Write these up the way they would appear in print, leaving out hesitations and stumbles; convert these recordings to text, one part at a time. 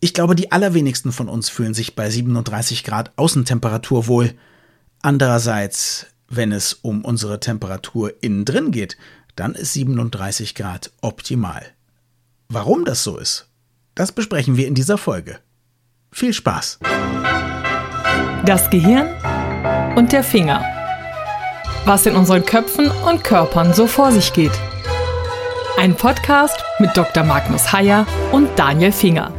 Ich glaube, die allerwenigsten von uns fühlen sich bei 37 Grad Außentemperatur wohl. Andererseits, wenn es um unsere Temperatur innen drin geht, dann ist 37 Grad optimal. Warum das so ist, das besprechen wir in dieser Folge. Viel Spaß! Das Gehirn und der Finger. Was in unseren Köpfen und Körpern so vor sich geht. Ein Podcast mit Dr. Magnus Heyer und Daniel Finger.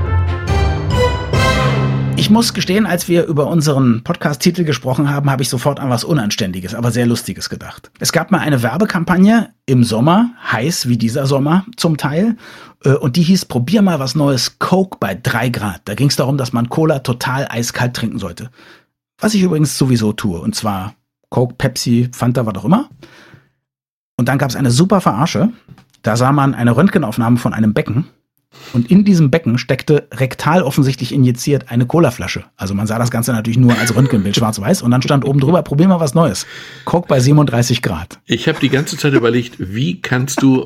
Ich muss gestehen, als wir über unseren Podcast-Titel gesprochen haben, habe ich sofort an was Unanständiges, aber sehr Lustiges gedacht. Es gab mal eine Werbekampagne im Sommer, heiß wie dieser Sommer zum Teil, und die hieß, probier mal was Neues, Coke bei 3 Grad. Da ging es darum, dass man Cola total eiskalt trinken sollte. Was ich übrigens sowieso tue, und zwar Coke, Pepsi, Fanta, was auch immer. Und dann gab es eine super Verarsche. Da sah man eine Röntgenaufnahme von einem Becken. Und in diesem Becken steckte rektal offensichtlich injiziert eine Colaflasche. Also man sah das Ganze natürlich nur als Röntgenbild schwarz-weiß. Und dann stand oben drüber, probier mal was Neues. Coke bei 37 Grad. Ich habe die ganze Zeit überlegt, wie kannst du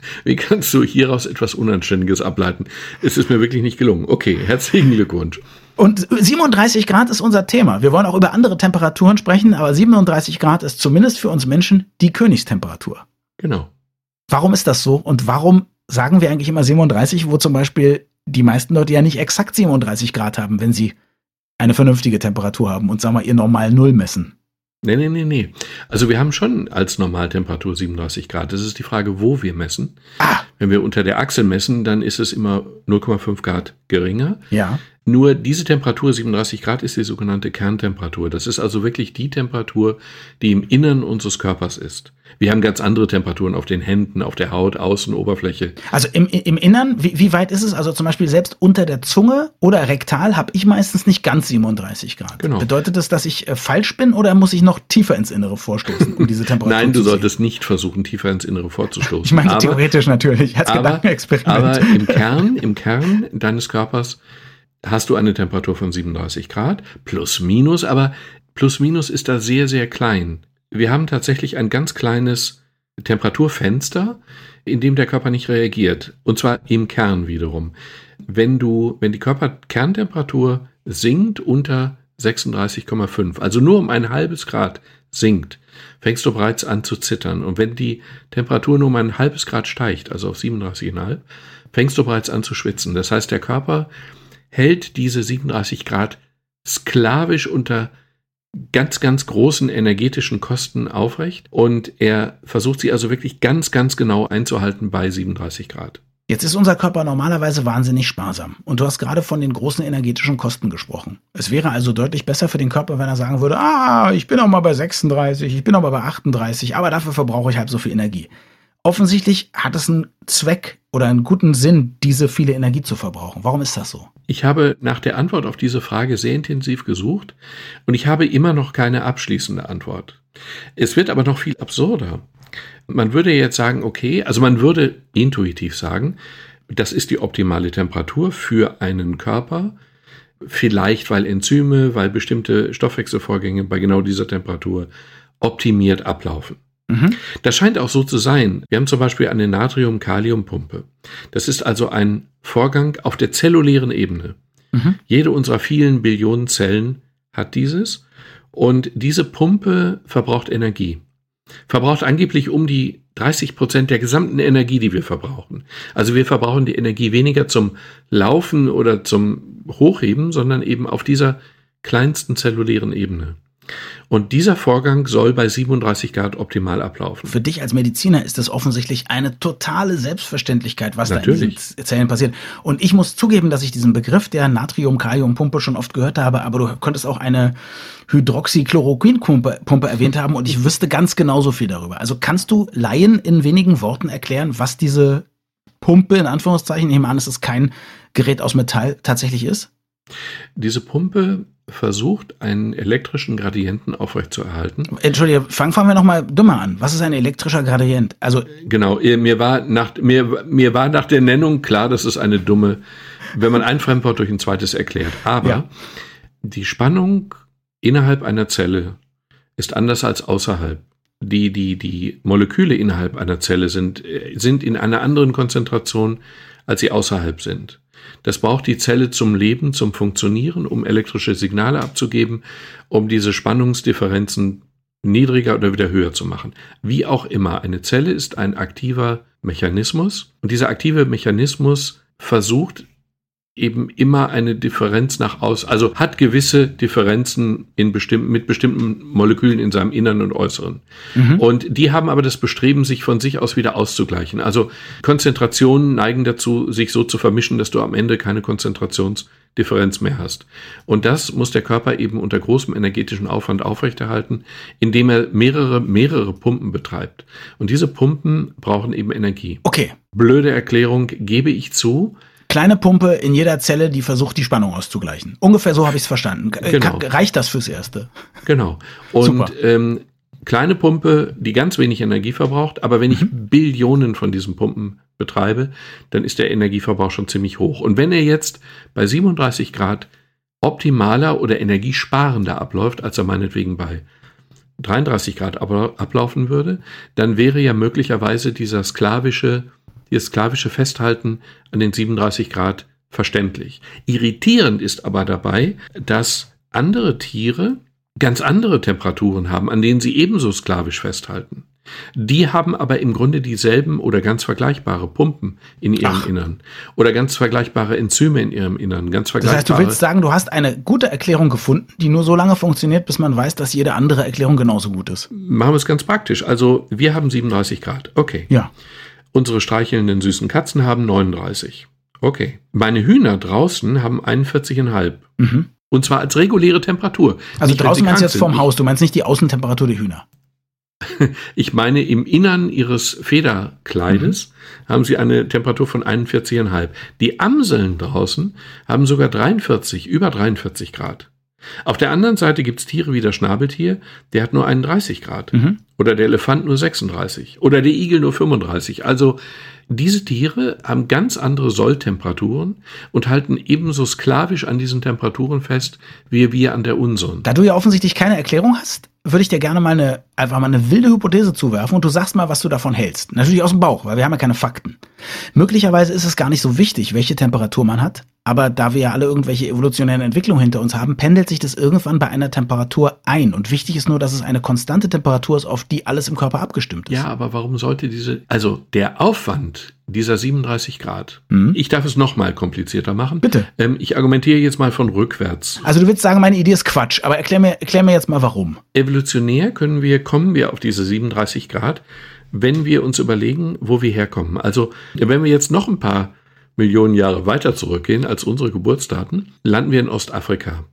hieraus etwas Unanständiges ableiten? Es ist mir wirklich nicht gelungen. Okay, herzlichen Glückwunsch. Und 37 Grad ist unser Thema. Wir wollen auch über andere Temperaturen sprechen, aber 37 Grad ist zumindest für uns Menschen die Königstemperatur. Genau. Warum ist das so? Und warum sagen wir eigentlich immer 37, wo zum Beispiel die meisten Leute ja nicht exakt 37 Grad haben, wenn sie eine vernünftige Temperatur haben und, sagen wir, ihr normal Null messen? Nee. Also wir haben schon als Normaltemperatur 37 Grad. Das ist die Frage, wo wir messen. Wenn wir unter der Achsel messen, dann ist es immer 0,5 Grad geringer. Ja. Nur diese Temperatur, 37 Grad, ist die sogenannte Kerntemperatur. Das ist also wirklich die Temperatur, die im Innern unseres Körpers ist. Wir haben ganz andere Temperaturen auf den Händen, auf der Haut, Außenoberfläche. Also im Innern, wie weit ist es? Also zum Beispiel selbst unter der Zunge oder rektal habe ich meistens nicht ganz 37 Grad. Genau. Bedeutet das, dass ich falsch bin oder muss ich noch tiefer ins Innere vorstoßen, um diese Temperatur Nein, zu du sehen? solltest nicht versuchen, tiefer ins Innere vorzustoßen. Ich meine theoretisch natürlich, als Gedankenexperiment. Aber im Kern deines Körpers hast du eine Temperatur von 37 Grad, plus minus, aber plus minus ist da sehr, sehr klein. Wir haben tatsächlich ein ganz kleines Temperaturfenster, in dem der Körper nicht reagiert. Und zwar im Kern wiederum. Wenn die Körperkerntemperatur sinkt unter 36,5, also nur um ein halbes Grad sinkt, fängst du bereits an zu zittern. Und wenn die Temperatur nur um ein halbes Grad steigt, also auf 37,5, fängst du bereits an zu schwitzen. Das heißt, der Körper hält diese 37 Grad sklavisch unter ganz, ganz großen energetischen Kosten aufrecht und er versucht sie also wirklich ganz, ganz genau einzuhalten bei 37 Grad. Jetzt ist unser Körper normalerweise wahnsinnig sparsam und du hast gerade von den großen energetischen Kosten gesprochen. Es wäre also deutlich besser für den Körper, wenn er sagen würde, ich bin auch mal bei 36, ich bin auch mal bei 38, aber dafür verbrauche ich halb so viel Energie. Offensichtlich hat es einen Zweck oder einen guten Sinn, diese viele Energie zu verbrauchen. Warum ist das so? Ich habe nach der Antwort auf diese Frage sehr intensiv gesucht und ich habe immer noch keine abschließende Antwort. Es wird aber noch viel absurder. Man würde jetzt sagen, okay, also man würde intuitiv sagen, das ist die optimale Temperatur für einen Körper, vielleicht weil Enzyme, weil bestimmte Stoffwechselvorgänge bei genau dieser Temperatur optimiert ablaufen. Das scheint auch so zu sein. Wir haben zum Beispiel eine Natrium-Kalium-Pumpe. Das ist also ein Vorgang auf der zellulären Ebene. Jede unserer vielen Billionen Zellen hat dieses und diese Pumpe verbraucht Energie. Verbraucht angeblich um die 30% der gesamten Energie, die wir verbrauchen. Also wir verbrauchen die Energie weniger zum Laufen oder zum Hochheben, sondern eben auf dieser kleinsten zellulären Ebene. Und dieser Vorgang soll bei 37 Grad optimal ablaufen. Für dich als Mediziner ist das offensichtlich eine totale Selbstverständlichkeit, was da in diesen Zellen passiert. Und ich muss zugeben, dass ich diesen Begriff der Natrium-Kalium-Pumpe schon oft gehört habe, aber du könntest auch eine Hydroxychloroquin-Pumpe erwähnt haben und ich wüsste ganz genauso viel darüber. Also kannst du Laien in wenigen Worten erklären, was diese Pumpe, in Anführungszeichen, ich nehme an, es ist kein Gerät aus Metall, tatsächlich ist? Diese Pumpe versucht, einen elektrischen Gradienten aufrechtzuerhalten. Entschuldige, fangen wir nochmal dümmer an. Was ist ein elektrischer Gradient? Also genau, mir war nach der Nennung klar, das ist eine dumme, wenn man ein Fremdwort durch ein zweites erklärt. Aber die Spannung innerhalb einer Zelle ist anders als außerhalb. Die Moleküle innerhalb einer Zelle sind in einer anderen Konzentration, als sie außerhalb sind. Das braucht die Zelle zum Leben, zum Funktionieren, um elektrische Signale abzugeben, um diese Spannungsdifferenzen niedriger oder wieder höher zu machen. Wie auch immer, eine Zelle ist ein aktiver Mechanismus und dieser aktive Mechanismus versucht eben immer eine Differenz nach außen, also hat gewisse Differenzen mit bestimmten Molekülen in seinem Inneren und Äußeren. Und die haben aber das Bestreben, sich von sich aus wieder auszugleichen. Also Konzentrationen neigen dazu, sich so zu vermischen, dass du am Ende keine Konzentrationsdifferenz mehr hast. Und das muss der Körper eben unter großem energetischen Aufwand aufrechterhalten, indem er mehrere Pumpen betreibt. Und diese Pumpen brauchen eben Energie. Okay. Blöde Erklärung, gebe ich zu. Kleine Pumpe in jeder Zelle, die versucht, die Spannung auszugleichen. Ungefähr so habe ich es verstanden. Genau. Reicht das fürs Erste? Genau. Und kleine Pumpe, die ganz wenig Energie verbraucht, aber wenn ich Billionen von diesen Pumpen betreibe, dann ist der Energieverbrauch schon ziemlich hoch. Und wenn er jetzt bei 37 Grad optimaler oder energiesparender abläuft, als er meinetwegen bei 33 Grad ablaufen würde, dann wäre ja möglicherweise dieses sklavische Festhalten an den 37 Grad verständlich. Irritierend ist aber dabei, dass andere Tiere ganz andere Temperaturen haben, an denen sie ebenso sklavisch festhalten. Die haben aber im Grunde dieselben oder ganz vergleichbare Pumpen in ihrem Innern oder ganz vergleichbare Enzyme in ihrem Innern. Das heißt, du willst sagen, du hast eine gute Erklärung gefunden, die nur so lange funktioniert, bis man weiß, dass jede andere Erklärung genauso gut ist. Machen wir es ganz praktisch. Also wir haben 37 Grad. Okay. Ja. Unsere streichelnden süßen Katzen haben 39. Okay. Meine Hühner draußen haben 41,5. Und zwar als reguläre Temperatur. Also nicht, draußen meinst du jetzt vorm Haus, du meinst nicht die Außentemperatur der Hühner. Ich meine, im Innern ihres Federkleides haben sie eine Temperatur von 41,5. Die Amseln draußen haben sogar über 43 Grad. Auf der anderen Seite gibt es Tiere wie der Schnabeltier, der hat nur 31 Grad. Oder der Elefant nur 36. Oder der Igel nur 35. Also diese Tiere haben ganz andere Solltemperaturen und halten ebenso sklavisch an diesen Temperaturen fest, wie wir an der unseren. Da du ja offensichtlich keine Erklärung hast, würde ich dir gerne einfach mal eine wilde Hypothese zuwerfen und du sagst mal, was du davon hältst. Natürlich aus dem Bauch, weil wir haben ja keine Fakten. Möglicherweise ist es gar nicht so wichtig, welche Temperatur man hat, aber da wir ja alle irgendwelche evolutionären Entwicklungen hinter uns haben, pendelt sich das irgendwann bei einer Temperatur ein. Und wichtig ist nur, dass es eine konstante Temperatur ist, auf die alles im Körper abgestimmt ist. Ja, aber warum sollte der Aufwand dieser 37 Grad, ich darf es noch mal komplizierter machen. Bitte. Ich argumentiere jetzt mal von rückwärts. Also du willst sagen, meine Idee ist Quatsch, aber erklär mir jetzt mal, warum. Evolutionär kommen wir auf diese 37 Grad, wenn wir uns überlegen, wo wir herkommen. Also wenn wir jetzt noch ein paar Millionen Jahre weiter zurückgehen als unsere Geburtsdaten, landen wir in Ostafrika.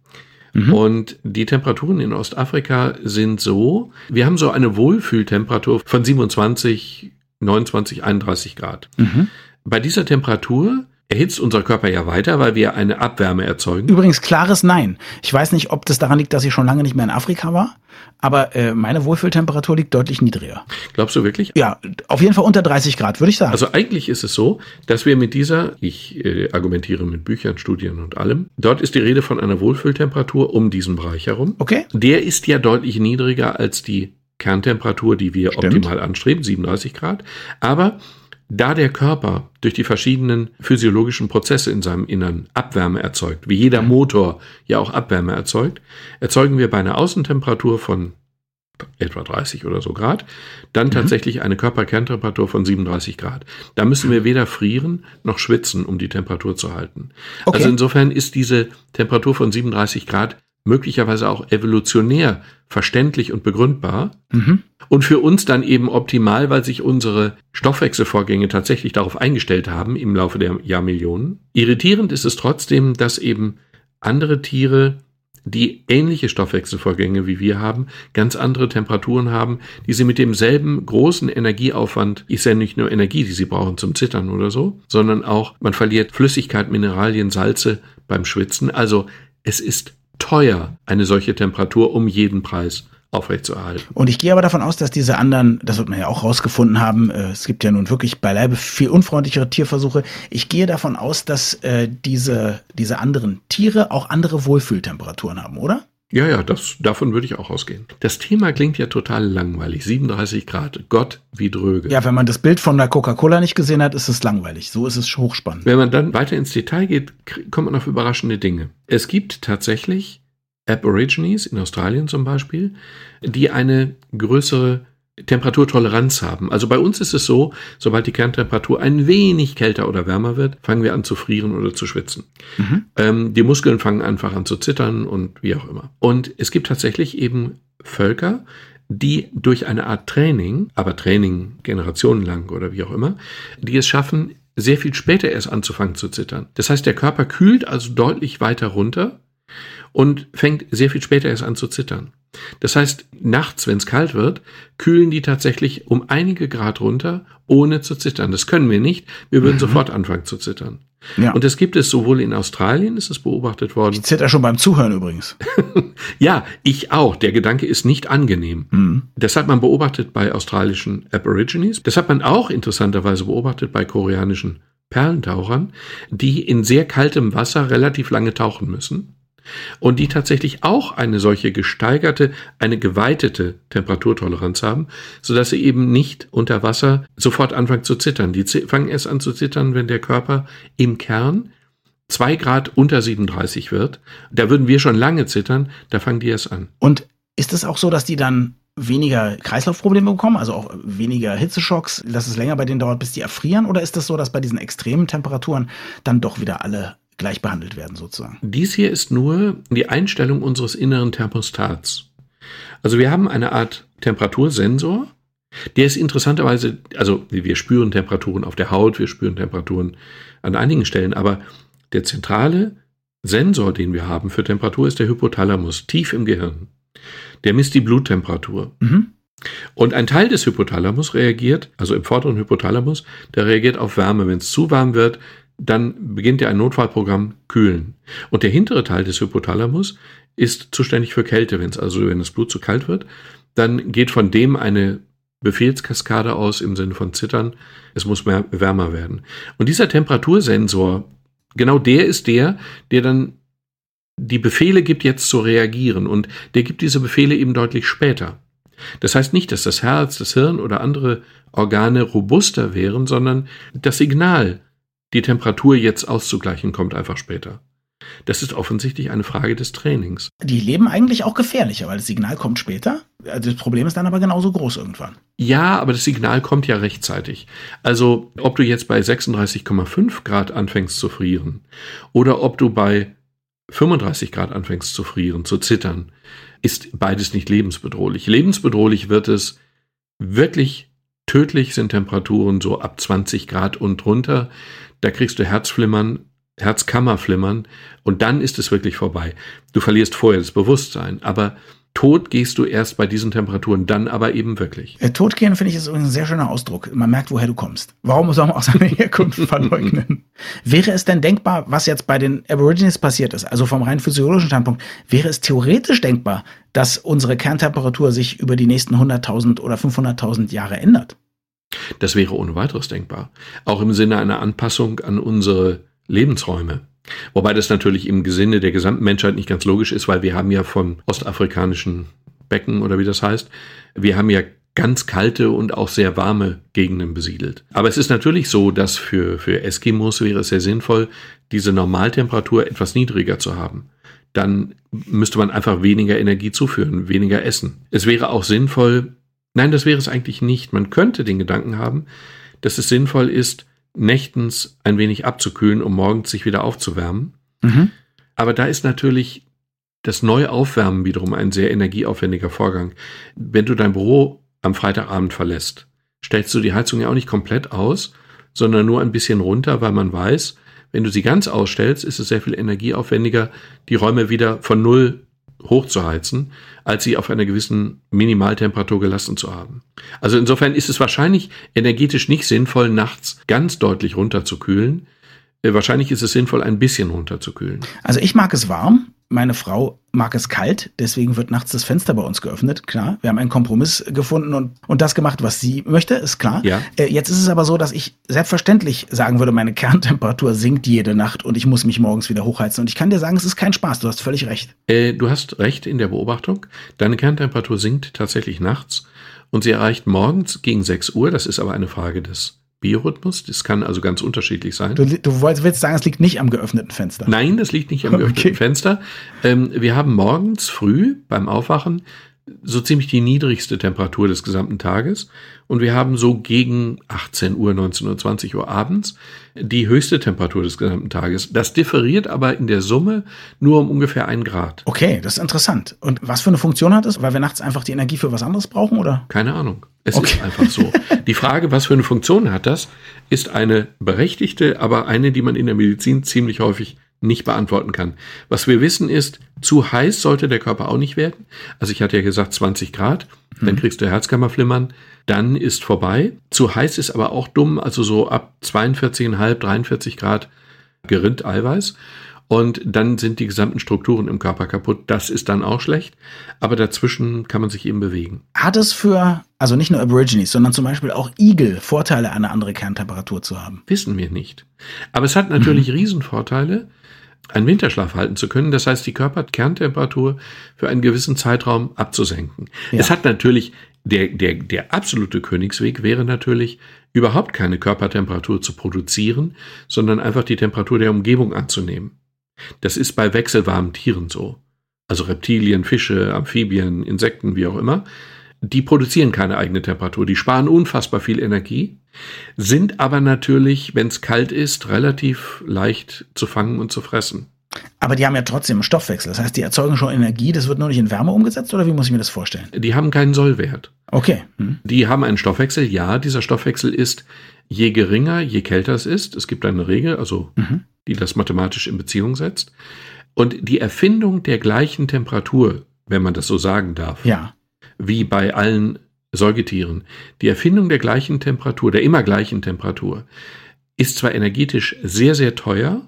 Und die Temperaturen in Ostafrika sind so, wir haben so eine Wohlfühltemperatur von 27, 29, 31 Grad. Bei dieser Temperatur erhitzt unser Körper ja weiter, weil wir eine Abwärme erzeugen. Übrigens klares Nein. Ich weiß nicht, ob das daran liegt, dass ich schon lange nicht mehr in Afrika war, aber meine Wohlfühltemperatur liegt deutlich niedriger. Glaubst du wirklich? Ja, auf jeden Fall unter 30 Grad, würde ich sagen. Also eigentlich ist es so, dass wir ich argumentiere mit Büchern, Studien und allem, dort ist die Rede von einer Wohlfühltemperatur um diesen Bereich herum. Okay. Der ist ja deutlich niedriger als die Kerntemperatur, die wir optimal anstreben, 37 Grad. Aber da der Körper durch die verschiedenen physiologischen Prozesse in seinem Innern Abwärme erzeugt, wie jeder Motor ja auch Abwärme erzeugt, erzeugen wir bei einer Außentemperatur von etwa 30 oder so Grad, dann tatsächlich eine Körperkerntemperatur von 37 Grad. Da müssen wir weder frieren noch schwitzen, um die Temperatur zu halten. Okay. Also insofern ist diese Temperatur von 37 Grad möglicherweise auch evolutionär verständlich und begründbar und für uns dann eben optimal, weil sich unsere Stoffwechselvorgänge tatsächlich darauf eingestellt haben im Laufe der Jahrmillionen. Irritierend ist es trotzdem, dass eben andere Tiere, die ähnliche Stoffwechselvorgänge wie wir haben, ganz andere Temperaturen haben, die sie mit demselben großen Energieaufwand, ist ja nicht nur Energie, die sie brauchen zum Zittern oder so, sondern auch, man verliert Flüssigkeit, Mineralien, Salze beim Schwitzen. Also es ist teuer, eine solche Temperatur um jeden Preis aufrechtzuerhalten. Und ich gehe aber davon aus, dass diese anderen, das wird man ja auch rausgefunden haben, es gibt ja nun wirklich beileibe viel unfreundlichere Tierversuche. Ich gehe davon aus, dass diese anderen Tiere auch andere Wohlfühltemperaturen haben, oder? Ja, davon würde ich auch ausgehen. Das Thema klingt ja total langweilig. 37 Grad, Gott, wie dröge. Ja, wenn man das Bild von der Coca-Cola nicht gesehen hat, ist es langweilig. So ist es hochspannend. Wenn man dann weiter ins Detail geht, kommt man auf überraschende Dinge. Es gibt tatsächlich Aborigines, in Australien zum Beispiel, die eine größere Temperaturtoleranz haben. Also bei uns ist es so, sobald die Kerntemperatur ein wenig kälter oder wärmer wird, fangen wir an zu frieren oder zu schwitzen. Die Muskeln fangen einfach an zu zittern und wie auch immer. Und es gibt tatsächlich eben Völker, die durch eine Art Training, aber Training generationenlang oder wie auch immer, die es schaffen, sehr viel später erst anzufangen zu zittern. Das heißt, der Körper kühlt also deutlich weiter runter und fängt sehr viel später erst an zu zittern. Das heißt, nachts, wenn es kalt wird, kühlen die tatsächlich um einige Grad runter, ohne zu zittern. Das können wir nicht. Wir würden sofort anfangen zu zittern. Ja. Und das gibt es sowohl in Australien, ist es beobachtet worden. Ich zitter schon beim Zuhören übrigens. Ja, ich auch. Der Gedanke ist nicht angenehm. Das hat man beobachtet bei australischen Aborigines. Das hat man auch interessanterweise beobachtet bei koreanischen Perlentauchern, die in sehr kaltem Wasser relativ lange tauchen müssen. Und die tatsächlich auch eine solche gesteigerte, eine geweitete Temperaturtoleranz haben, sodass sie eben nicht unter Wasser sofort anfangen zu zittern. Die fangen erst an zu zittern, wenn der Körper im Kern 2 Grad unter 37 wird. Da würden wir schon lange zittern, da fangen die erst an. Und ist es auch so, dass die dann weniger Kreislaufprobleme bekommen, also auch weniger Hitzeschocks, dass es länger bei denen dauert, bis die erfrieren? Oder ist es so, dass bei diesen extremen Temperaturen dann doch wieder alle gleich behandelt werden sozusagen? Dies hier ist nur die Einstellung unseres inneren Thermostats. Also wir haben eine Art Temperatursensor, der ist interessanterweise, also wir spüren Temperaturen auf der Haut, wir spüren Temperaturen an einigen Stellen, aber der zentrale Sensor, den wir haben für Temperatur, ist der Hypothalamus, tief im Gehirn. Der misst die Bluttemperatur. Und ein Teil des Hypothalamus reagiert, also im vorderen Hypothalamus, der reagiert auf Wärme. Wenn es zu warm wird, dann beginnt ja ein Notfallprogramm kühlen. Und der hintere Teil des Hypothalamus ist zuständig für Kälte. Wenn das Blut zu kalt wird, dann geht von dem eine Befehlskaskade aus im Sinne von Zittern. Es muss mehr wärmer werden. Und dieser Temperatursensor, genau der ist der dann die Befehle gibt, jetzt zu reagieren. Und der gibt diese Befehle eben deutlich später. Das heißt nicht, dass das Herz, das Hirn oder andere Organe robuster wären, sondern das Signal, die Temperatur jetzt auszugleichen, kommt einfach später. Das ist offensichtlich eine Frage des Trainings. Die leben eigentlich auch gefährlicher, weil das Signal kommt später. Also das Problem ist dann aber genauso groß irgendwann. Ja, aber das Signal kommt ja rechtzeitig. Also ob du jetzt bei 36,5 Grad anfängst zu frieren oder ob du bei 35 Grad anfängst zu frieren, zu zittern, ist beides nicht lebensbedrohlich. Lebensbedrohlich wird es wirklich. Tödlich sind Temperaturen so ab 20 Grad und drunter. Da kriegst du Herzflimmern, Herzkammerflimmern und dann ist es wirklich vorbei. Du verlierst vorher das Bewusstsein, aber tot gehst du erst bei diesen Temperaturen, dann aber eben wirklich. Totgehen, finde ich, ist übrigens ein sehr schöner Ausdruck. Man merkt, woher du kommst. Warum soll man auch seine Herkunft verleugnen? Wäre es denn denkbar, was jetzt bei den Aborigines passiert ist, also vom rein physiologischen Standpunkt, wäre es theoretisch denkbar, dass unsere Kerntemperatur sich über die nächsten 100.000 oder 500.000 Jahre ändert? Das wäre ohne weiteres denkbar. Auch im Sinne einer Anpassung an unsere Lebensräume. Wobei das natürlich im Sinne der gesamten Menschheit nicht ganz logisch ist, weil wir haben ja von ostafrikanischen Becken oder wie das heißt, wir haben ja ganz kalte und auch sehr warme Gegenden besiedelt. Aber es ist natürlich so, dass für Eskimos wäre es sehr sinnvoll, diese Normaltemperatur etwas niedriger zu haben. Dann müsste man einfach weniger Energie zuführen, weniger essen. Es wäre auch sinnvoll, nein, das wäre es eigentlich nicht. Man könnte den Gedanken haben, dass es sinnvoll ist, nächtens ein wenig abzukühlen, um morgens sich wieder aufzuwärmen. Aber da ist natürlich das Neuaufwärmen wiederum ein sehr energieaufwendiger Vorgang. Wenn du dein Büro am Freitagabend verlässt, stellst du die Heizung ja auch nicht komplett aus, sondern nur ein bisschen runter, weil man weiß, wenn du sie ganz ausstellst, ist es sehr viel energieaufwendiger, die Räume wieder von Null hochzuheizen, als sie auf einer gewissen Minimaltemperatur gelassen zu haben. Also insofern ist es wahrscheinlich energetisch nicht sinnvoll, nachts ganz deutlich runterzukühlen. Wahrscheinlich ist es sinnvoll, ein bisschen runterzukühlen. Also ich mag es warm. meine Frau mag es kalt, deswegen wird nachts das Fenster bei uns geöffnet, klar. Wir haben einen Kompromiss gefunden und das gemacht, was sie möchte, ist klar. Ja. Jetzt ist es aber so, dass ich selbstverständlich sagen würde, meine Kerntemperatur sinkt jede Nacht und ich muss mich morgens wieder hochheizen. Und ich kann dir sagen, es ist kein Spaß, du hast völlig recht. Du hast recht in der Beobachtung. Deine Kerntemperatur sinkt tatsächlich nachts und sie erreicht morgens gegen 6 Uhr. Das ist aber eine Frage des Biorhythmus. Das kann also ganz unterschiedlich sein. Du willst sagen, es liegt nicht am geöffneten Fenster? Nein, das liegt nicht am geöffneten Fenster. Wir haben morgens früh beim Aufwachen so ziemlich die niedrigste Temperatur des gesamten Tages und wir haben so gegen 18 Uhr, 19 Uhr, 20 Uhr abends die höchste Temperatur des gesamten Tages. Das differiert aber in der Summe nur um ungefähr 1 Grad. Okay, das ist interessant. Und was für eine Funktion hat es? Weil wir nachts einfach die Energie für was anderes brauchen, oder? Keine Ahnung. Es ist einfach so. Die Frage, was für eine Funktion hat das, ist eine berechtigte, aber eine, die man in der Medizin ziemlich häufig nicht beantworten kann. Was wir wissen ist, zu heiß sollte der Körper auch nicht werden. Also ich hatte ja gesagt 20 Grad, dann kriegst du Herzkammerflimmern, dann ist vorbei. Zu heiß ist aber auch dumm, also so ab 42,5, 43 Grad gerinnt Eiweiß. Und dann sind die gesamten Strukturen im Körper kaputt. Das ist dann auch schlecht. Aber dazwischen kann man sich eben bewegen. Hat es für, also nicht nur Aborigines, sondern zum Beispiel auch Igel Vorteile, eine andere Kerntemperatur zu haben? Wissen wir nicht. Aber es hat natürlich Riesenvorteile, einen Winterschlaf halten zu können. Das heißt, die Körperkerntemperatur für einen gewissen Zeitraum abzusenken. Ja. Es hat natürlich, der absolute Königsweg wäre natürlich, überhaupt keine Körpertemperatur zu produzieren, sondern einfach die Temperatur der Umgebung anzunehmen. Das ist bei wechselwarmen Tieren so. Also Reptilien, Fische, Amphibien, Insekten, wie auch immer. Die produzieren keine eigene Temperatur. Die sparen unfassbar viel Energie, sind aber natürlich, wenn es kalt ist, relativ leicht zu fangen und zu fressen. Aber die haben ja trotzdem einen Stoffwechsel. Das heißt, die erzeugen schon Energie. Das wird nur nicht in Wärme umgesetzt, oder wie muss ich mir das vorstellen? Die haben keinen Sollwert. Okay. Die haben einen Stoffwechsel. Ja, dieser Stoffwechsel ist, je geringer, je kälter es ist. Es gibt eine Regel, also die das mathematisch in Beziehung setzt. Und die Erfindung der gleichen Temperatur, wenn man das so sagen darf, ja, wie bei allen Säugetieren, die Erfindung der gleichen Temperatur, der immer gleichen Temperatur, ist zwar energetisch sehr, sehr teuer,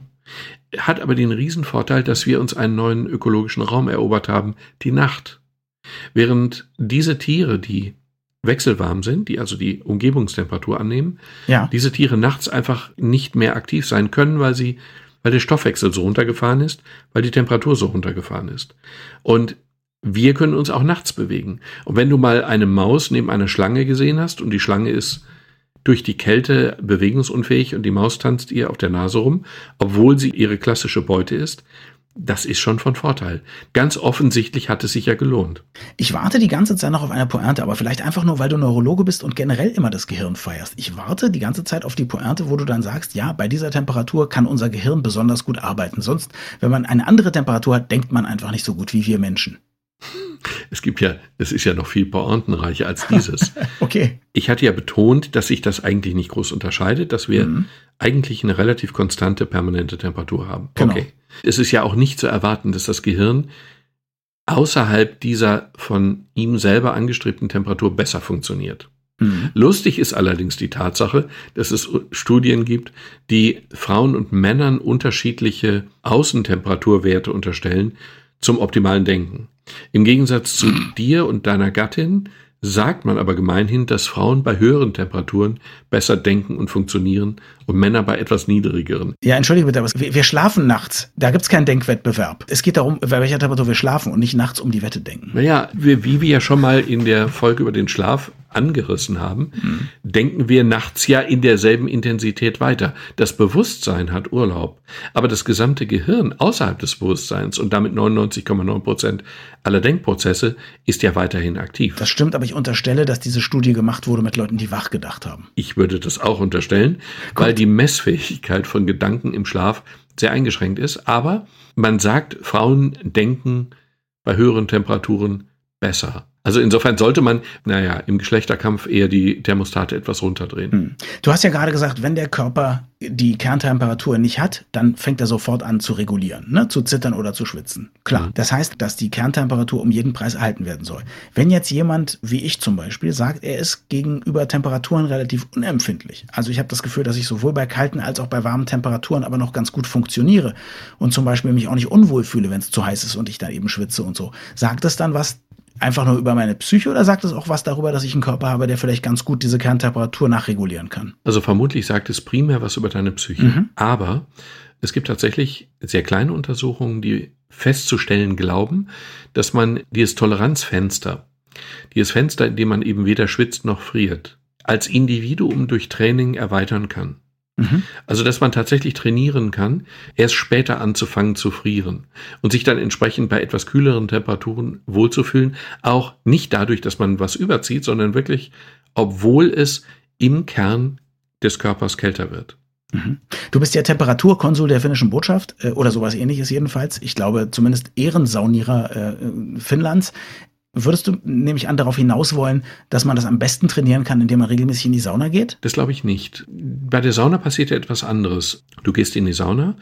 hat aber den Riesenvorteil, dass wir uns einen neuen ökologischen Raum erobert haben, die Nacht. Während diese Tiere, die wechselwarm sind, die also die Umgebungstemperatur annehmen, diese Tiere nachts einfach nicht mehr aktiv sein können, weil der Stoffwechsel so runtergefahren ist, weil die Temperatur so runtergefahren ist. Und wir können uns auch nachts bewegen. Und wenn du mal eine Maus neben einer Schlange gesehen hast und die Schlange ist durch die Kälte bewegungsunfähig und die Maus tanzt ihr auf der Nase rum, obwohl sie ihre klassische Beute ist, das ist schon von Vorteil. Ganz offensichtlich hat es sich ja gelohnt. Ich warte die ganze Zeit noch auf eine Pointe, aber vielleicht einfach nur, weil du Neurologe bist und generell immer das Gehirn feierst. Ich warte die ganze Zeit auf die Pointe, wo du dann sagst, ja, bei dieser Temperatur kann unser Gehirn besonders gut arbeiten. Sonst, wenn man eine andere Temperatur hat, denkt man einfach nicht so gut wie wir Menschen. Es ist ja noch viel pointenreicher als dieses. Okay. Ich hatte ja betont, dass sich das eigentlich nicht groß unterscheidet, dass wir eigentlich eine relativ konstante, permanente Temperatur haben. Genau. Okay. Es ist ja auch nicht zu erwarten, dass das Gehirn außerhalb dieser von ihm selber angestrebten Temperatur besser funktioniert. Lustig ist allerdings die Tatsache, dass es Studien gibt, die Frauen und Männern unterschiedliche Außentemperaturwerte unterstellen zum optimalen Denken. Im Gegensatz zu dir und deiner Gattin sagt man aber gemeinhin, dass Frauen bei höheren Temperaturen besser denken und funktionieren und Männer bei etwas niedrigeren. Ja, entschuldige bitte, aber wir schlafen nachts. Da gibt's keinen Denkwettbewerb. Es geht darum, bei welcher Temperatur wir schlafen und nicht nachts um die Wette denken. Naja, wie wir ja schon mal in der Folge über den Schlaf angerissen haben, denken wir nachts ja in derselben Intensität weiter. Das Bewusstsein hat Urlaub, aber das gesamte Gehirn außerhalb des Bewusstseins und damit 99,9% aller Denkprozesse ist ja weiterhin aktiv. Das stimmt, aber ich unterstelle, dass diese Studie gemacht wurde mit Leuten, die wach gedacht haben. Ich würde das auch unterstellen, weil die Messfähigkeit von Gedanken im Schlaf sehr eingeschränkt ist, aber man sagt, Frauen denken bei höheren Temperaturen besser. Also insofern sollte man, im Geschlechterkampf eher die Thermostate etwas runterdrehen. Du hast ja gerade gesagt, wenn der Körper die Kerntemperatur nicht hat, dann fängt er sofort an zu regulieren, ne? Zu zittern oder zu schwitzen. Klar, das heißt, dass die Kerntemperatur um jeden Preis erhalten werden soll. Wenn jetzt jemand, wie ich zum Beispiel, sagt, er ist gegenüber Temperaturen relativ unempfindlich. Also ich habe das Gefühl, dass ich sowohl bei kalten als auch bei warmen Temperaturen aber noch ganz gut funktioniere und zum Beispiel mich auch nicht unwohl fühle, wenn es zu heiß ist und ich dann eben schwitze und so. Sagt es dann was einfach nur über meine Psyche oder sagt es auch was darüber, dass ich einen Körper habe, der vielleicht ganz gut diese Kerntemperatur nachregulieren kann? Also vermutlich sagt es primär was über deine Psyche. Aber es gibt tatsächlich sehr kleine Untersuchungen, die festzustellen glauben, dass man dieses Toleranzfenster, in dem man eben weder schwitzt noch friert, als Individuum durch Training erweitern kann. Also, dass man tatsächlich trainieren kann, erst später anzufangen zu frieren und sich dann entsprechend bei etwas kühleren Temperaturen wohlzufühlen, auch nicht dadurch, dass man was überzieht, sondern wirklich, obwohl es im Kern des Körpers kälter wird. Du bist ja Temperaturkonsul der finnischen Botschaft oder sowas ähnliches jedenfalls. Ich glaube zumindest Ehrensaunierer Finnlands. Würdest du nämlich darauf hinaus wollen, dass man das am besten trainieren kann, indem man regelmäßig in die Sauna geht? Das glaube ich nicht. Bei der Sauna passiert ja etwas anderes. Du gehst in die Sauna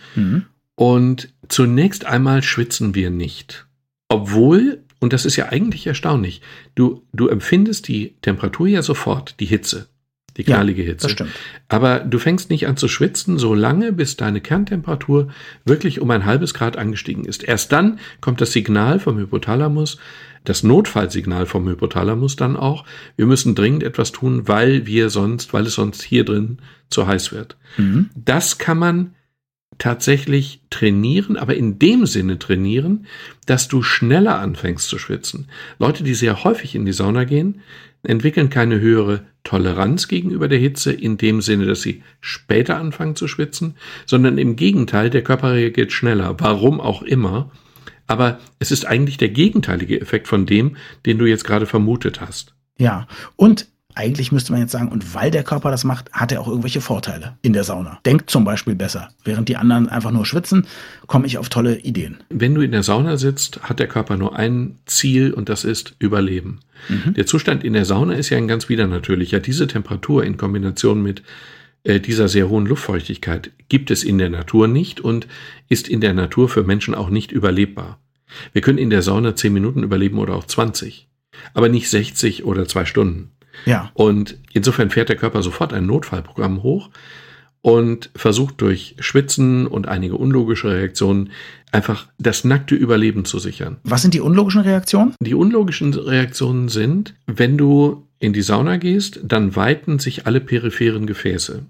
und zunächst einmal schwitzen wir nicht. Obwohl, und das ist ja eigentlich erstaunlich, du empfindest die Temperatur ja sofort, die Hitze. Die knallige Hitze. Das stimmt. Aber du fängst nicht an zu schwitzen, solange bis deine Kerntemperatur wirklich um 0,5 Grad angestiegen ist. Erst dann kommt das Signal vom Hypothalamus, das Notfallsignal vom Hypothalamus dann auch. Wir müssen dringend etwas tun, weil es sonst hier drin zu heiß wird. Das kann man tatsächlich trainieren, aber in dem Sinne trainieren, dass du schneller anfängst zu schwitzen. Leute, die sehr häufig in die Sauna gehen, entwickeln keine höhere Toleranz gegenüber der Hitze in dem Sinne, dass sie später anfangen zu schwitzen, sondern im Gegenteil, der Körper reagiert schneller, warum auch immer. Aber es ist eigentlich der gegenteilige Effekt von dem, den du jetzt gerade vermutet hast. Ja, und eigentlich müsste man jetzt sagen, und weil der Körper das macht, hat er auch irgendwelche Vorteile in der Sauna. Denkt zum Beispiel besser. Während die anderen einfach nur schwitzen, komme ich auf tolle Ideen. Wenn du in der Sauna sitzt, hat der Körper nur ein Ziel und das ist Überleben. Der Zustand in der Sauna ist ja ein ganz widernatürlicher. Diese Temperatur in Kombination mit dieser sehr hohen Luftfeuchtigkeit gibt es in der Natur nicht und ist in der Natur für Menschen auch nicht überlebbar. Wir können in der Sauna 10 Minuten überleben oder auch 20, aber nicht 60 oder 2 Stunden. Ja. Und insofern fährt der Körper sofort ein Notfallprogramm hoch und versucht durch Schwitzen und einige unlogische Reaktionen einfach das nackte Überleben zu sichern. Was sind die unlogischen Reaktionen? Die unlogischen Reaktionen sind, wenn du in die Sauna gehst, dann weiten sich alle peripheren Gefäße.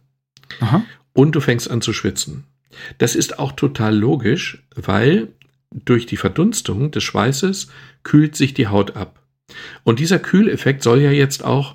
Und du fängst an zu schwitzen. Das ist auch total logisch, weil durch die Verdunstung des Schweißes kühlt sich die Haut ab. Und dieser Kühleffekt soll ja jetzt auch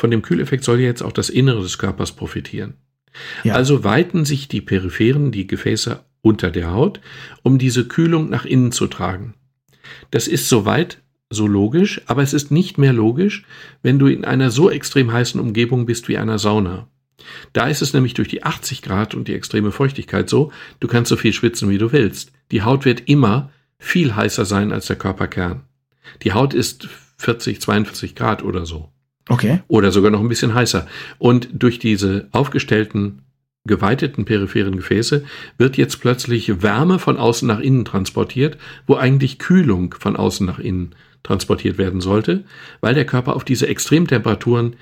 das Innere des Körpers profitieren. Ja. Also weiten sich die peripheren, die Gefäße unter der Haut, um diese Kühlung nach innen zu tragen. Das ist soweit so logisch, aber es ist nicht mehr logisch, wenn du in einer so extrem heißen Umgebung bist wie einer Sauna. Da ist es nämlich durch die 80 Grad und die extreme Feuchtigkeit so, du kannst so viel schwitzen, wie du willst. Die Haut wird immer viel heißer sein als der Körperkern. Die Haut ist 40, 42 Grad oder so. Okay. Oder sogar noch ein bisschen heißer. Und durch diese aufgestellten, geweiteten peripheren Gefäße wird jetzt plötzlich Wärme von außen nach innen transportiert, wo eigentlich Kühlung von außen nach innen transportiert werden sollte, weil der Körper für diese Extremtemperaturen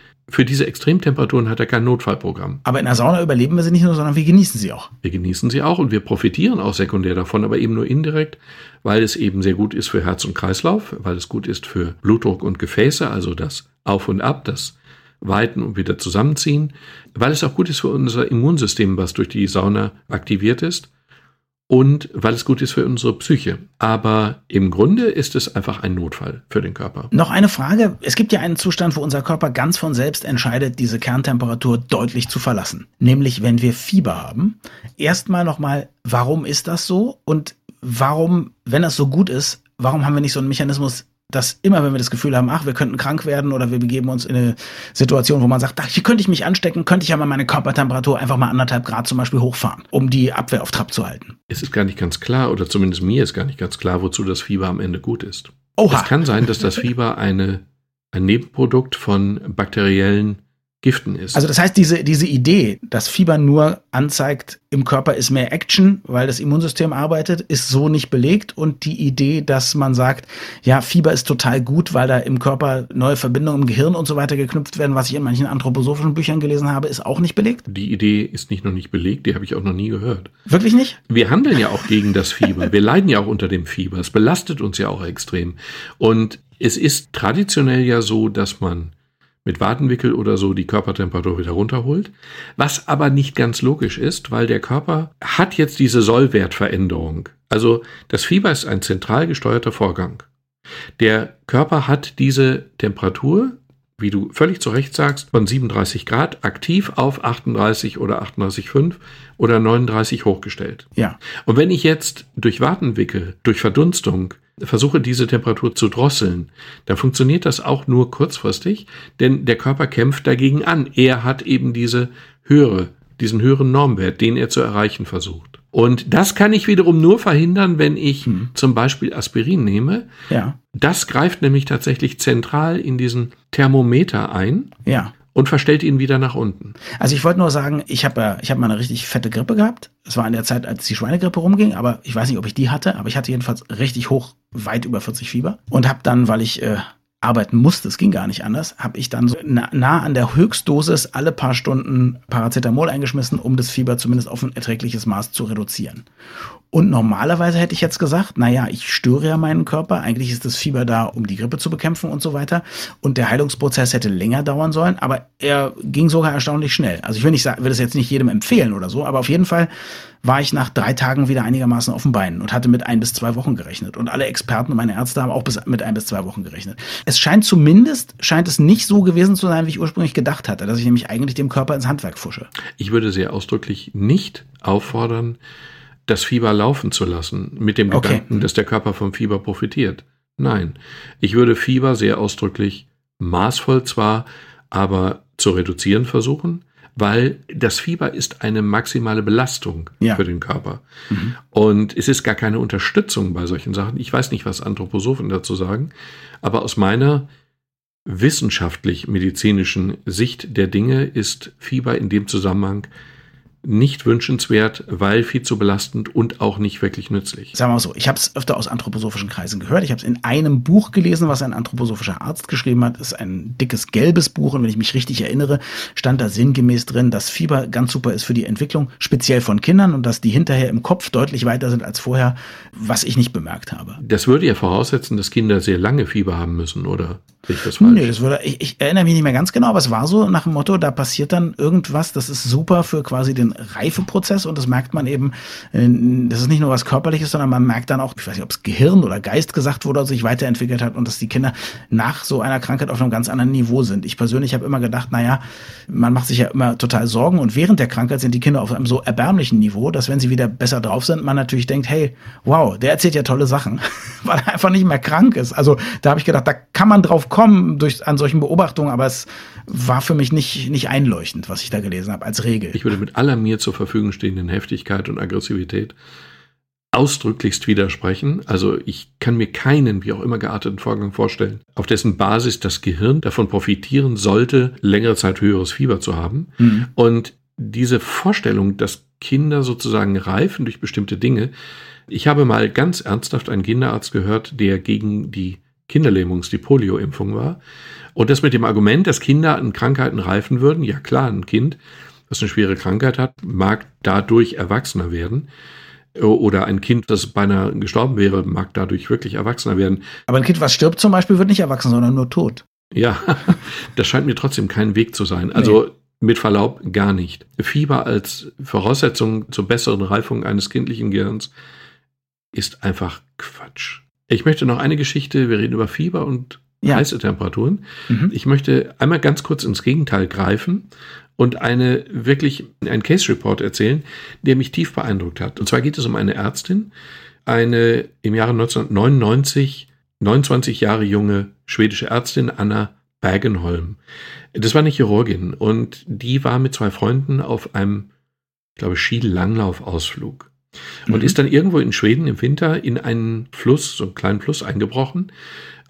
hat er kein Notfallprogramm. Aber in der Sauna überleben wir sie nicht nur, sondern wir genießen sie auch. Wir genießen sie auch und wir profitieren auch sekundär davon, aber eben nur indirekt, weil es eben sehr gut ist für Herz und Kreislauf, weil es gut ist für Blutdruck und Gefäße, also das Auf und Ab, das Weiten und wieder Zusammenziehen, weil es auch gut ist für unser Immunsystem, was durch die Sauna aktiviert ist, und weil es gut ist für unsere Psyche. Aber im Grunde ist es einfach ein Notfall für den Körper. Noch eine Frage. Es gibt ja einen Zustand, wo unser Körper ganz von selbst entscheidet, diese Kerntemperatur deutlich zu verlassen. Nämlich, wenn wir Fieber haben. Erstmal nochmal, warum ist das so? Und warum, wenn das so gut ist, warum haben wir nicht so einen Mechanismus, dass immer, wenn wir das Gefühl haben, wir könnten krank werden oder wir begeben uns in eine Situation, wo man sagt, hier könnte ich mich anstecken, könnte ich ja mal meine Körpertemperatur einfach mal 1,5 Grad zum Beispiel hochfahren, um die Abwehr auf Trab zu halten. Es ist gar nicht ganz klar, oder zumindest mir ist gar nicht ganz klar, wozu das Fieber am Ende gut ist. Oha. Es kann sein, dass das Fieber eine ein Nebenprodukt von bakteriellen Giften ist. Also das heißt, diese Idee, dass Fieber nur anzeigt, im Körper ist mehr Action, weil das Immunsystem arbeitet, ist so nicht belegt. Und die Idee, dass man sagt, ja, Fieber ist total gut, weil da im Körper neue Verbindungen im Gehirn und so weiter geknüpft werden, was ich in manchen anthroposophischen Büchern gelesen habe, ist auch nicht belegt? Die Idee ist nicht nur nicht belegt, die habe ich auch noch nie gehört. Wirklich nicht? Wir handeln ja auch gegen das Fieber. Wir leiden ja auch unter dem Fieber. Es belastet uns ja auch extrem. Und es ist traditionell ja so, dass man mit Wadenwickel oder so die Körpertemperatur wieder runterholt, was aber nicht ganz logisch ist, weil der Körper hat jetzt diese Sollwertveränderung. Also das Fieber ist ein zentral gesteuerter Vorgang. Der Körper hat diese Temperatur, wie du völlig zu Recht sagst, von 37 Grad aktiv auf 38 oder 38,5 oder 39 hochgestellt. Ja. Und wenn ich jetzt durch Wadenwickel, durch Verdunstung versuche, diese Temperatur zu drosseln, dann funktioniert das auch nur kurzfristig, denn der Körper kämpft dagegen an. Er hat eben diesen höheren Normwert, den er zu erreichen versucht. Und das kann ich wiederum nur verhindern, wenn ich zum Beispiel Aspirin nehme. Ja. Das greift nämlich tatsächlich zentral in diesen Thermometer ein. Ja. Und verstellt ihn wieder nach unten. Also ich wollte nur sagen, ich hab mal eine richtig fette Grippe gehabt. Es war in der Zeit, als die Schweinegrippe rumging, aber ich weiß nicht, ob ich die hatte, aber ich hatte jedenfalls richtig hoch, weit über 40 Fieber und habe dann, weil ich arbeiten musste, es ging gar nicht anders, habe ich dann so nah an der Höchstdosis alle paar Stunden Paracetamol eingeschmissen, um das Fieber zumindest auf ein erträgliches Maß zu reduzieren. Und normalerweise hätte ich jetzt gesagt, naja, ich störe ja meinen Körper, eigentlich ist das Fieber da, um die Grippe zu bekämpfen und so weiter. Und der Heilungsprozess hätte länger dauern sollen, aber er ging sogar erstaunlich schnell. Also ich will das jetzt nicht jedem empfehlen oder so, aber auf jeden Fall war ich nach 3 Tagen wieder einigermaßen auf den Beinen und hatte mit 1 bis 2 Wochen gerechnet. Und alle Experten und meine Ärzte haben auch mit 1 bis 2 Wochen gerechnet. Es scheint es nicht so gewesen zu sein, wie ich ursprünglich gedacht hatte, dass ich nämlich eigentlich dem Körper ins Handwerk pfusche. Ich würde sehr ausdrücklich nicht auffordern, das Fieber laufen zu lassen, mit dem Gedanken, dass der Körper vom Fieber profitiert. Nein, ich würde Fieber sehr ausdrücklich maßvoll zwar, aber zu reduzieren versuchen, weil das Fieber ist eine maximale Belastung für den Körper. Mhm. Und es ist gar keine Unterstützung bei solchen Sachen. Ich weiß nicht, was Anthroposophen dazu sagen, aber aus meiner wissenschaftlich-medizinischen Sicht der Dinge ist Fieber in dem Zusammenhang nicht wünschenswert, weil viel zu belastend und auch nicht wirklich nützlich. Sagen wir mal so, ich habe es öfter aus anthroposophischen Kreisen gehört. Ich habe es in einem Buch gelesen, was ein anthroposophischer Arzt geschrieben hat. Das ist ein dickes gelbes Buch und wenn ich mich richtig erinnere, stand da sinngemäß drin, dass Fieber ganz super ist für die Entwicklung, speziell von Kindern und dass die hinterher im Kopf deutlich weiter sind als vorher, was ich nicht bemerkt habe. Das würde ja voraussetzen, dass Kinder sehr lange Fieber haben müssen, oder? Sehe ich das falsch? Nee, ich erinnere mich nicht mehr ganz genau, aber es war so nach dem Motto, da passiert dann irgendwas, das ist super für quasi den Reifeprozess und das merkt man eben, das ist nicht nur was Körperliches, sondern man merkt dann auch, ich weiß nicht, ob es Gehirn oder Geist gesagt wurde, oder sich weiterentwickelt hat und dass die Kinder nach so einer Krankheit auf einem ganz anderen Niveau sind. Ich persönlich habe immer gedacht, naja, man macht sich ja immer total Sorgen und während der Krankheit sind die Kinder auf einem so erbärmlichen Niveau, dass wenn sie wieder besser drauf sind, man natürlich denkt, hey, wow, der erzählt ja tolle Sachen, weil er einfach nicht mehr krank ist. Also da habe ich gedacht, da kann man drauf kommen an solchen Beobachtungen, aber es war für mich nicht einleuchtend, was ich da gelesen habe, als Regel. Ich würde mit aller mir zur Verfügung stehenden Heftigkeit und Aggressivität ausdrücklichst widersprechen. Also ich kann mir keinen, wie auch immer gearteten Vorgang vorstellen, auf dessen Basis das Gehirn davon profitieren sollte, längere Zeit höheres Fieber zu haben. Mhm. Und diese Vorstellung, dass Kinder sozusagen reifen durch bestimmte Dinge. Ich habe mal ganz ernsthaft einen Kinderarzt gehört, der gegen die die Polio-Impfung war. Und das mit dem Argument, dass Kinder an Krankheiten reifen würden. Ja klar, ein Kind, das eine schwere Krankheit hat, mag dadurch erwachsener werden. Oder ein Kind, das beinahe gestorben wäre, mag dadurch wirklich erwachsener werden. Aber ein Kind, was stirbt zum Beispiel, wird nicht erwachsen, sondern nur tot. Ja, das scheint mir trotzdem kein Weg zu sein. Also mit Verlaub gar nicht. Fieber als Voraussetzung zur besseren Reifung eines kindlichen Gehirns ist einfach Quatsch. Ich möchte noch eine Geschichte, wir reden über Fieber und heiße Temperaturen. Mhm. Ich möchte einmal ganz kurz ins Gegenteil greifen und einen Case Report erzählen, der mich tief beeindruckt hat. Und zwar geht es um eine Ärztin, eine im Jahre 1999 29 Jahre junge schwedische Ärztin, Anna Bergenholm. Das war eine Chirurgin und die war mit 2 Freunden auf einem, ich glaube, Skilanglauf-Ausflug. Und ist dann irgendwo in Schweden im Winter in einen Fluss, so einen kleinen Fluss eingebrochen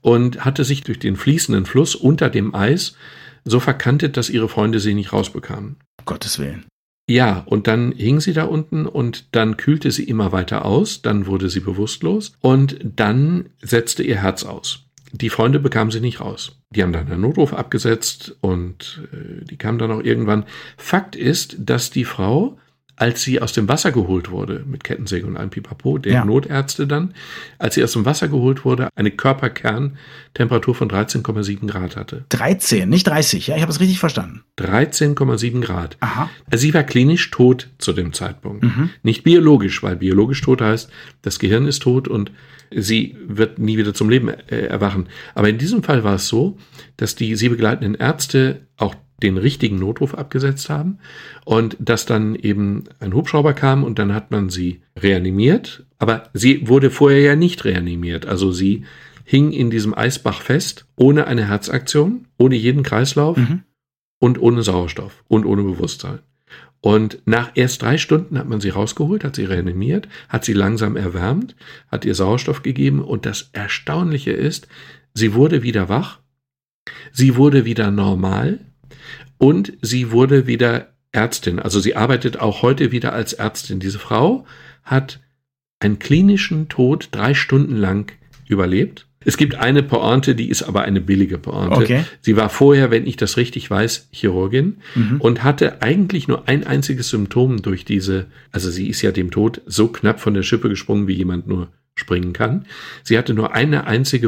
und hatte sich durch den fließenden Fluss unter dem Eis so verkantet, dass ihre Freunde sie nicht rausbekamen. Um Gottes Willen. Ja, und dann hing sie da unten und dann kühlte sie immer weiter aus, dann wurde sie bewusstlos und dann setzte ihr Herz aus. Die Freunde bekamen sie nicht raus. Die haben dann einen Notruf abgesetzt und die kamen dann auch irgendwann. Fakt ist, dass die Frau, als sie aus dem Wasser geholt wurde, mit Kettensäge und allem Pipapo, der Notärzte dann, als sie aus dem Wasser geholt wurde, eine Körperkerntemperatur von 13,7 Grad hatte. 13, nicht 30, ja, ich habe es richtig verstanden. 13,7 Grad. Aha. Also sie war klinisch tot zu dem Zeitpunkt. Nicht biologisch, weil biologisch tot heißt, das Gehirn ist tot und sie wird nie wieder zum Leben erwachen. Aber in diesem Fall war es so, dass die sie begleitenden Ärzte auch den richtigen Notruf abgesetzt haben und dass dann eben ein Hubschrauber kam und dann hat man sie reanimiert. Aber sie wurde vorher ja nicht reanimiert. Also sie hing in diesem Eisbach fest, ohne eine Herzaktion, ohne jeden Kreislauf und ohne Sauerstoff und ohne Bewusstsein. Und nach erst 3 Stunden hat man sie rausgeholt, hat sie reanimiert, hat sie langsam erwärmt, hat ihr Sauerstoff gegeben und das Erstaunliche ist, sie wurde wieder wach, sie wurde wieder normal und sie wurde wieder Ärztin. Also sie arbeitet auch heute wieder als Ärztin. Diese Frau hat einen klinischen Tod 3 Stunden lang überlebt. Es gibt eine Pointe, die ist aber eine billige Pointe. Okay. Sie war vorher, wenn ich das richtig weiß, Chirurgin und hatte eigentlich nur ein einziges Symptom durch diese, also sie ist ja dem Tod so knapp von der Schippe gesprungen, wie jemand nur springen kann. Sie hatte nur ein einziges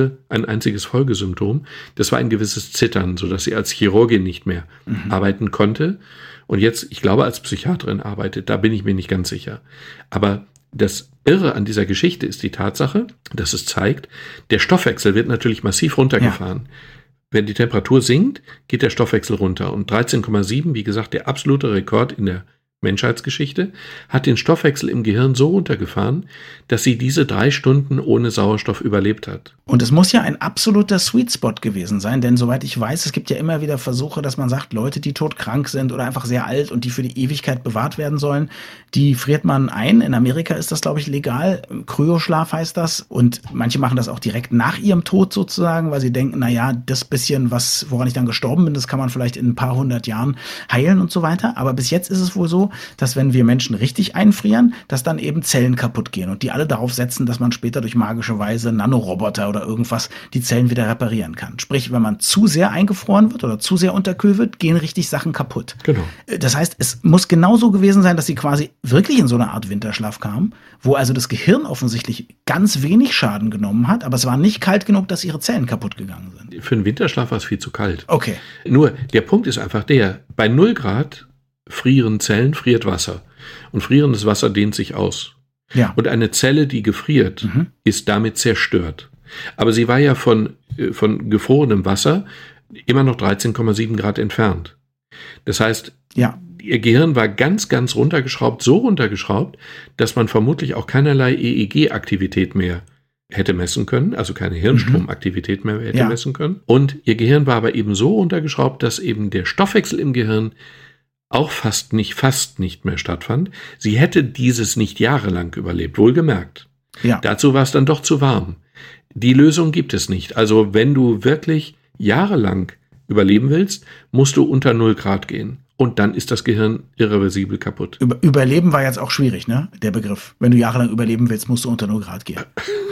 Folgesymptom. Das war ein gewisses Zittern, sodass sie als Chirurgin nicht mehr arbeiten konnte. Und jetzt, ich glaube, als Psychiaterin arbeitet. Da bin ich mir nicht ganz sicher. Aber das Irre an dieser Geschichte ist die Tatsache, dass es zeigt, der Stoffwechsel wird natürlich massiv runtergefahren. Ja. Wenn die Temperatur sinkt, geht der Stoffwechsel runter. Und 13,7, wie gesagt, der absolute Rekord in der Menschheitsgeschichte, hat den Stoffwechsel im Gehirn so runtergefahren, dass sie diese 3 Stunden ohne Sauerstoff überlebt hat. Und es muss ja ein absoluter Sweet Spot gewesen sein, denn soweit ich weiß, es gibt ja immer wieder Versuche, dass man sagt, Leute, die todkrank sind oder einfach sehr alt und die für die Ewigkeit bewahrt werden sollen, die friert man ein. In Amerika ist das, glaube ich, legal. Kryoschlaf heißt das. Und manche machen das auch direkt nach ihrem Tod sozusagen, weil sie denken, naja, das bisschen, woran ich dann gestorben bin, das kann man vielleicht in ein paar 100 Jahren heilen und so weiter. Aber bis jetzt ist es wohl so, dass wenn wir Menschen richtig einfrieren, dass dann eben Zellen kaputt gehen und die alle darauf setzen, dass man später durch magische Weise Nanoroboter oder irgendwas die Zellen wieder reparieren kann. Sprich, wenn man zu sehr eingefroren wird oder zu sehr unterkühlt wird, gehen richtig Sachen kaputt. Genau. Das heißt, es muss genauso gewesen sein, dass sie quasi wirklich in so eine Art Winterschlaf kamen, wo also das Gehirn offensichtlich ganz wenig Schaden genommen hat, aber es war nicht kalt genug, dass ihre Zellen kaputt gegangen sind. Für einen Winterschlaf war es viel zu kalt. Okay. Nur, der Punkt ist einfach der, bei 0 Grad frieren Zellen, friert Wasser. Und frierendes Wasser dehnt sich aus. Ja. Und eine Zelle, die gefriert, ist damit zerstört. Aber sie war ja von gefrorenem Wasser immer noch 13,7 Grad entfernt. Das heißt, ihr Gehirn war ganz, ganz runtergeschraubt, so runtergeschraubt, dass man vermutlich auch keinerlei EEG-Aktivität mehr hätte messen können, also keine Hirnstromaktivität mehr hätte messen können. Und ihr Gehirn war aber eben so runtergeschraubt, dass eben der Stoffwechsel im Gehirn auch fast nicht mehr stattfand. Sie hätte dieses nicht jahrelang überlebt, wohlgemerkt. Ja. Dazu war es dann doch zu warm. Die Lösung gibt es nicht. Also wenn du wirklich jahrelang überleben willst, musst du unter 0 Grad gehen. Und dann ist das Gehirn irreversibel kaputt. Überleben war jetzt auch schwierig, ne? Der Begriff. Wenn du jahrelang überleben willst, musst du unter 0 Grad gehen.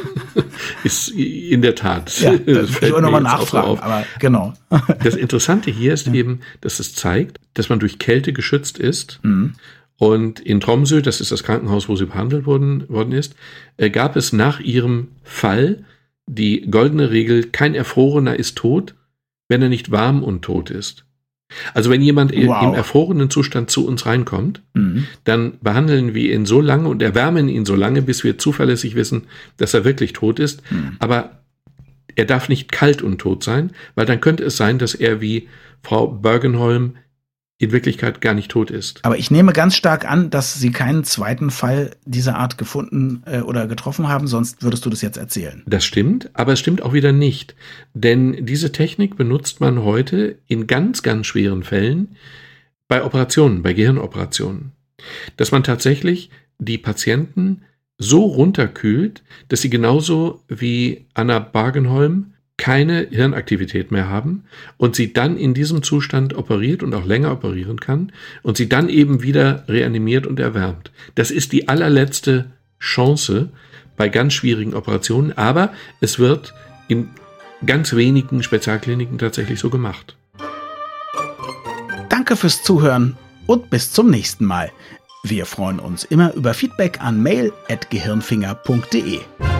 Ist in der Tat. Ja, das ich will nochmal nachfragen, aber genau. Das Interessante hier ist eben, dass es zeigt, dass man durch Kälte geschützt ist. Und in Tromsø, das ist das Krankenhaus, wo sie behandelt worden ist, gab es nach ihrem Fall die goldene Regel, kein Erfrorener ist tot, wenn er nicht warm und tot ist. Also wenn jemand im erfrorenen Zustand zu uns reinkommt, dann behandeln wir ihn so lange und erwärmen ihn so lange, bis wir zuverlässig wissen, dass er wirklich tot ist. Aber er darf nicht kalt und tot sein, weil dann könnte es sein, dass er wie Frau Bergenholm in Wirklichkeit gar nicht tot ist. Aber ich nehme ganz stark an, dass Sie keinen zweiten Fall dieser Art gefunden oder getroffen haben, sonst würdest du das jetzt erzählen. Das stimmt, aber es stimmt auch wieder nicht. Denn diese Technik benutzt man heute in ganz, ganz schweren Fällen bei Operationen, bei Gehirnoperationen. Dass man tatsächlich die Patienten so runterkühlt, dass sie genauso wie Anna Bergenholm keine Hirnaktivität mehr haben und sie dann in diesem Zustand operiert und auch länger operieren kann und sie dann eben wieder reanimiert und erwärmt. Das ist die allerletzte Chance bei ganz schwierigen Operationen, aber es wird in ganz wenigen Spezialkliniken tatsächlich so gemacht. Danke fürs Zuhören und bis zum nächsten Mal. Wir freuen uns immer über Feedback an mail@gehirnfinger.de.